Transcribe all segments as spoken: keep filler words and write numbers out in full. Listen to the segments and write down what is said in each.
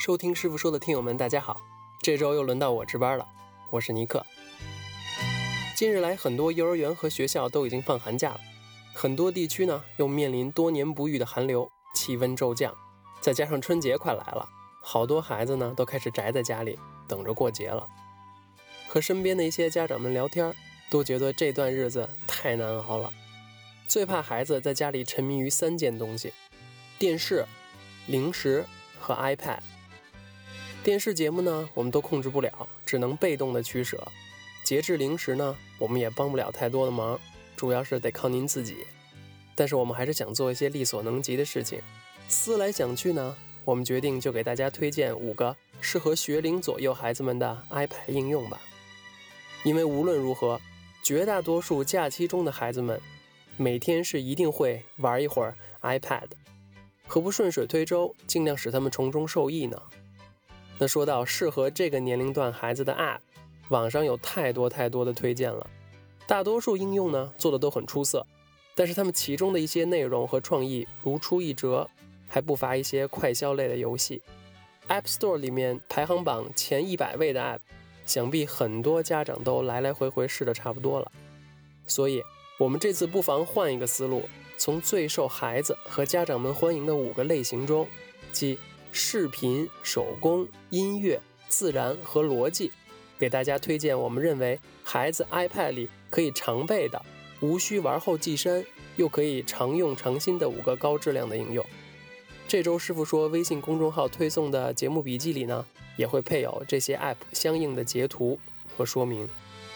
收听师傅说的听友们大家好，这周又轮到我值班了，我是尼克。近日来很多幼儿园和学校都已经放寒假了，很多地区呢又面临多年不遇的寒流，气温骤降，再加上春节快来了，好多孩子呢都开始宅在家里等着过节了。和身边的一些家长们聊天，都觉得这段日子太难熬了。最怕孩子在家里沉迷于三件东西：电视、零食和 iPad。 电视节目呢我们都控制不了，只能被动的取舍。节制零食呢我们也帮不了太多的忙，主要是得靠您自己。但是我们还是想做一些力所能及的事情。思来想去呢，我们决定就给大家推荐五个适合学龄左右孩子们的 iPad 应用吧。因为无论如何，绝大多数假期中的孩子们每天是一定会玩一会儿 iPad， 何不顺水推舟，尽量使他们从中受益呢？那说到适合这个年龄段孩子的 App， 网上有太多太多的推荐了。大多数应用呢做的都很出色，但是他们其中的一些内容和创意如出一辙，还不乏一些快消类的游戏。 App Store 里面排行榜前一百位的 App， 想必很多家长都来来回回试的差不多了。所以我们这次不妨换一个思路，从最受孩子和家长们欢迎的五个类型中，即视频、手工、音乐、自然和逻辑，给大家推荐我们认为孩子 iPad 里可以常备的，无需玩后即删，又可以常用常新的五个高质量的应用。这周师傅说微信公众号推送的节目笔记里呢，也会配有这些 App 相应的截图和说明。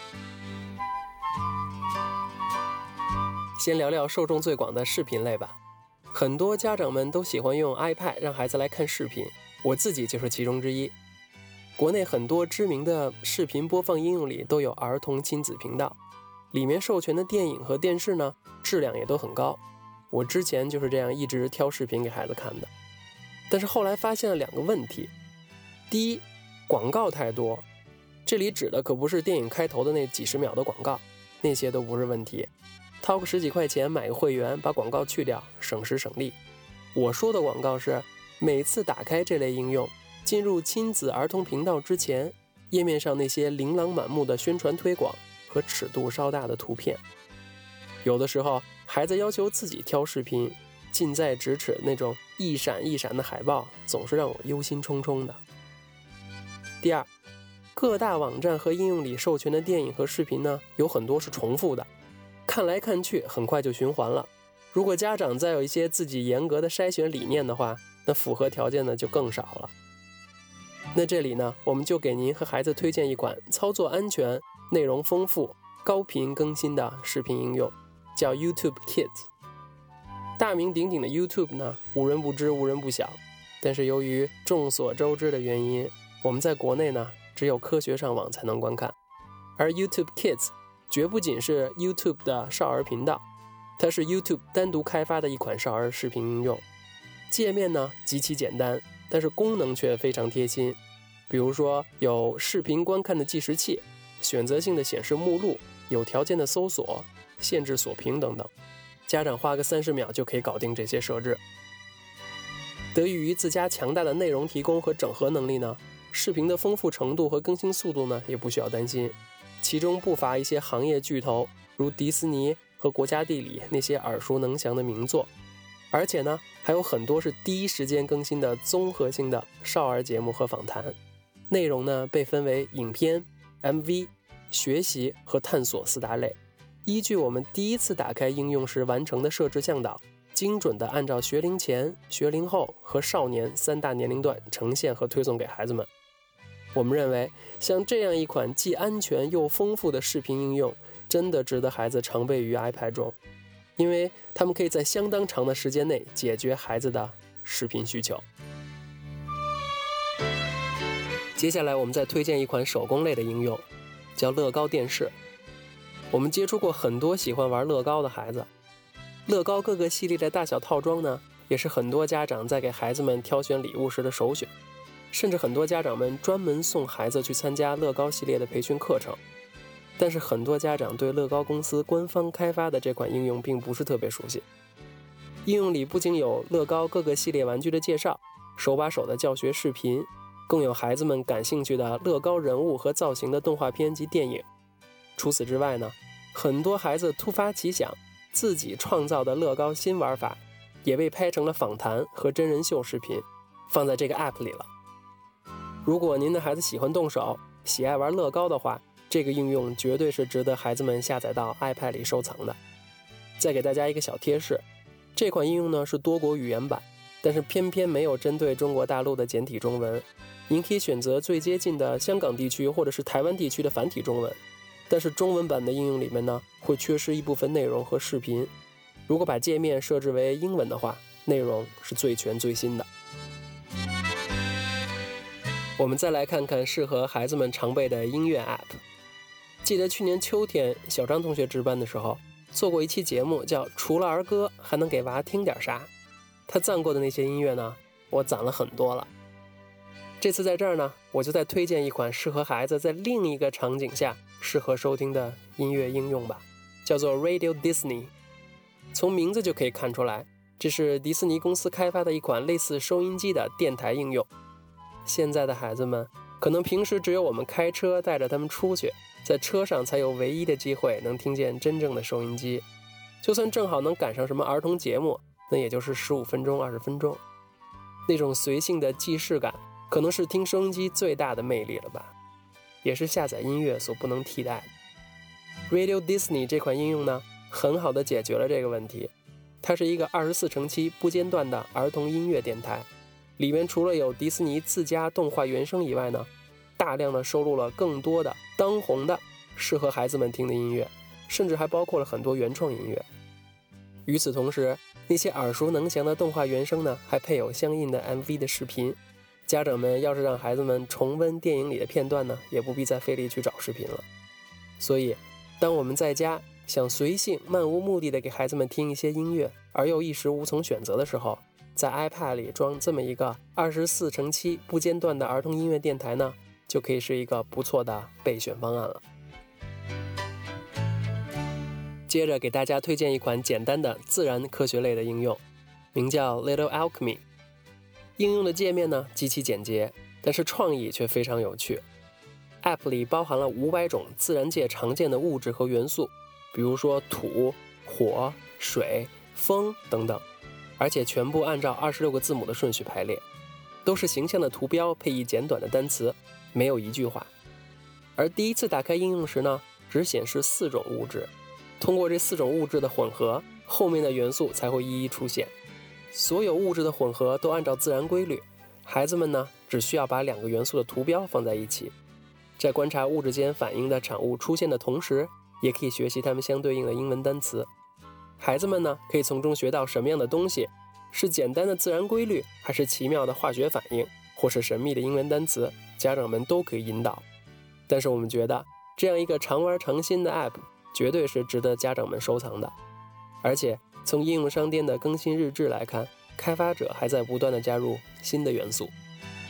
先聊聊受众最广的视频类吧。很多家长们都喜欢用 iPad 让孩子来看视频，我自己就是其中之一。国内很多知名的视频播放应用里都有儿童亲子频道，里面授权的电影和电视呢，质量也都很高。我之前就是这样一直挑视频给孩子看的。但是后来发现了两个问题。第一，广告太多，这里指的可不是电影开头的那几十秒的广告，那些都不是问题，掏个十几块钱买个会员，把广告去掉，省时省力。我说的广告是每次打开这类应用，进入亲子儿童频道之前，页面上那些琳琅满目的宣传推广和尺度稍大的图片。有的时候孩子要求自己挑视频，近在咫尺那种一闪一闪的海报，总是让我忧心忡忡的。第二，各大网站和应用里授权的电影和视频呢，有很多是重复的，看来看去很快就循环了。如果家长再有一些自己严格的筛选理念的话，那符合条件的就更少了。那这里呢，我们就给您和孩子推荐一款操作安全、内容丰富、高频更新的视频应用，叫 YouTube Kids。 大名鼎鼎的 YouTube 呢，无人不知无人不晓，但是由于众所周知的原因，我们在国内呢只有科学上网才能观看。而 YouTube Kids 绝不仅是 YouTube 的少儿频道，它是 YouTube 单独开发的一款少儿视频应用。界面呢极其简单，但是功能却非常贴心。比如说有视频观看的计时器、选择性的显示目录、有条件的搜索、限制锁屏等等，家长花个三十秒就可以搞定这些设置。得益于自家强大的内容提供和整合能力呢，视频的丰富程度和更新速度呢也不需要担心。其中不乏一些行业巨头，如迪士尼和国家地理那些耳熟能详的名作，而且呢还有很多是第一时间更新的综合性的少儿节目和访谈。内容呢被分为影片、M V、学习和探索四大类，依据我们第一次打开应用时完成的设置向导，精准地按照学龄前、学龄后和少年三大年龄段呈现和推送给孩子们。我们认为像这样一款既安全又丰富的视频应用，真的值得孩子常备于 iPad 中，因为他们可以在相当长的时间内解决孩子的视频需求。接下来我们再推荐一款手工类的应用，叫乐高电视。我们接触过很多喜欢玩乐高的孩子，乐高各个系列的大小套装呢，也是很多家长在给孩子们挑选礼物时的首选，甚至很多家长们专门送孩子去参加乐高系列的培训课程。但是很多家长对乐高公司官方开发的这款应用并不是特别熟悉。应用里不仅有乐高各个系列玩具的介绍、手把手的教学视频， 更有孩子们感兴趣的乐高人物和造型的动画片及电影。除此之外呢，很多孩子突发奇想，自己创造的乐高新玩法也被拍成了访谈和真人秀视频，放在这个 app 里了。如果您的孩子喜欢动手，喜爱玩乐高的话，这个应用绝对是值得孩子们下载到 iPad 里收藏的。再给大家一个小贴士，这款应用呢是多国语言版，但是偏偏没有针对中国大陆的简体中文。您可以选择最接近的香港地区或者是台湾地区的繁体中文，但是中文版的应用里面呢，会缺失一部分内容和视频。如果把界面设置为英文的话，内容是最全最新的。我们再来看看适合孩子们常备的音乐 App。 记得去年秋天小张同学值班的时候，做过一期节目叫除了儿歌还能给娃听点啥。他赞过的那些音乐呢，我攒了很多了。这次在这儿呢，我就再推荐一款适合孩子在另一个场景下适合收听的音乐应用吧，叫做 Radio Disney。 从名字就可以看出来，这是迪士尼公司开发的一款类似收音机的电台应用。现在的孩子们可能平时只有我们开车带着他们出去，在车上才有唯一的机会能听见真正的收音机。就算正好能赶上什么儿童节目，那也就是十五分钟二十分钟。那种随性的既视感可能是听收音机最大的魅力了吧，也是下载音乐所不能替代的。 Radio Disney 这款应用呢，很好的解决了这个问题。它是一个二十四乘七不间断的儿童音乐电台，里面除了有迪士尼自家动画原声以外呢，大量的收录了更多的当红的适合孩子们听的音乐，甚至还包括了很多原创音乐。与此同时，那些耳熟能详的动画原声呢，还配有相应的 M V 的视频。家长们要是让孩子们重温电影里的片段呢，也不必再费力去找视频了。所以当我们在家想随性漫无目的的给孩子们听一些音乐，而又一时无从选择的时候，在 iPad 里装这么一个二十四乘七不间断的儿童音乐电台呢，就可以是一个不错的备选方案了。接着给大家推荐一款简单的自然科学类的应用，名叫 Little Alchemy。 应用的界面呢极其简洁，但是创意却非常有趣。 App 里包含了五百种自然界常见的物质和元素，比如说土、火、水、风等等，而且全部按照二十六个字母的顺序排列，都是形象的图标配以简短的单词，没有一句话。而第一次打开应用时呢，只显示四种物质，通过这四种物质的混合，后面的元素才会一一出现。所有物质的混合都按照自然规律，孩子们呢只需要把两个元素的图标放在一起，在观察物质间反应的产物出现的同时，也可以学习它们相对应的英文单词。孩子们呢可以从中学到什么样的东西，是简单的自然规律，还是奇妙的化学反应，或是神秘的英文单词，家长们都可以引导。但是我们觉得这样一个常玩常新的 App 绝对是值得家长们收藏的。而且从应用商店的更新日志来看，开发者还在不断的加入新的元素。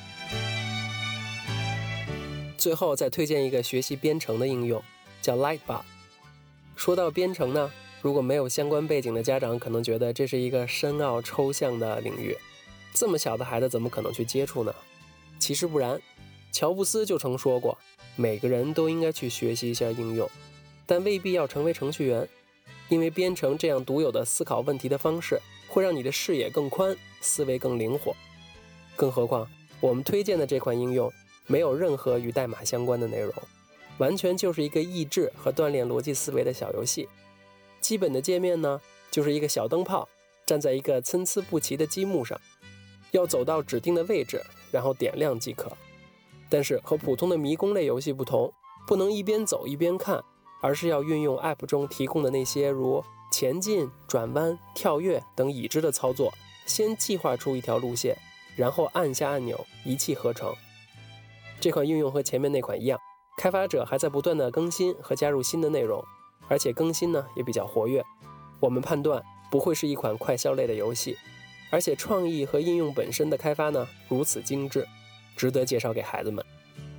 最后再推荐一个学习编程的应用，叫 Lightbot。 说到编程呢，如果没有相关背景的家长可能觉得这是一个深奥抽象的领域，这么小的孩子怎么可能去接触呢？其实不然，乔布斯就曾说过，每个人都应该去学习一下应用，但未必要成为程序员，因为编程这样独有的思考问题的方式，会让你的视野更宽，思维更灵活。更何况我们推荐的这款应用没有任何与代码相关的内容，完全就是一个益智和锻炼逻辑思维的小游戏。基本的界面呢，就是一个小灯泡站在一个参差不齐的积木上，要走到指定的位置，然后点亮即可。但是和普通的迷宫类游戏不同，不能一边走一边看，而是要运用 App 中提供的那些如前进、转弯、跳跃等已知的操作，先计划出一条路线，然后按下按钮，一气呵成。这款应用和前面那款一样，开发者还在不断的更新和加入新的内容，而且更新呢也比较活跃。我们判断不会是一款快消类的游戏，而且创意和应用本身的开发呢如此精致，值得介绍给孩子们。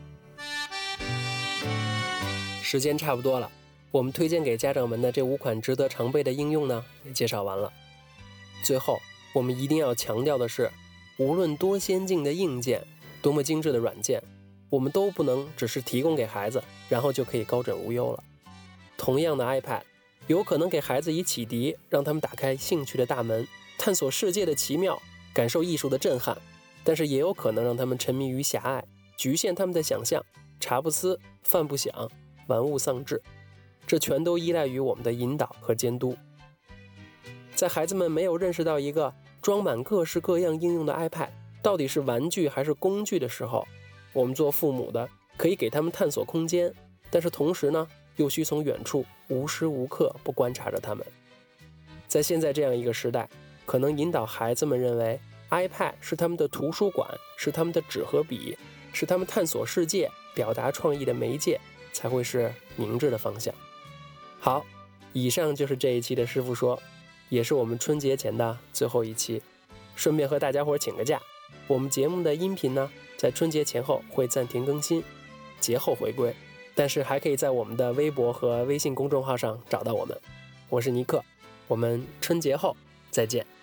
时间差不多了，我们推荐给家长们的这五款值得常备的应用呢也介绍完了。最后我们一定要强调的是，无论多先进的硬件， 多么精致的软件，我们都不能只是提供给孩子，然后就可以高枕无忧了。同样的 iPad， 有可能给孩子以启迪，让他们打开兴趣的大门，探索世界的奇妙，感受艺术的震撼，但是也有可能让他们沉迷于狭隘，局限他们的想象，茶不思，饭不想，玩物丧志。这全都依赖于我们的引导和监督。在孩子们没有认识到一个装满各式各样应用的 iPad 到底是玩具还是工具的时候，我们做父母的可以给他们探索空间，但是同时呢，又需从远处无时无刻不观察着他们。在现在这样一个时代，可能引导孩子们认为 iPad 是他们的图书馆，是他们的纸和笔，是他们探索世界、表达创意的媒介，才会是明智的方向。好，以上就是这一期的师傅说，也是我们春节前的最后一期，顺便和大家伙请个假。我们节目的音频呢，在春节前后会暂停更新，节后回归，但是还可以在我们的微博和微信公众号上找到我们。我是尼克，我们春节后再见。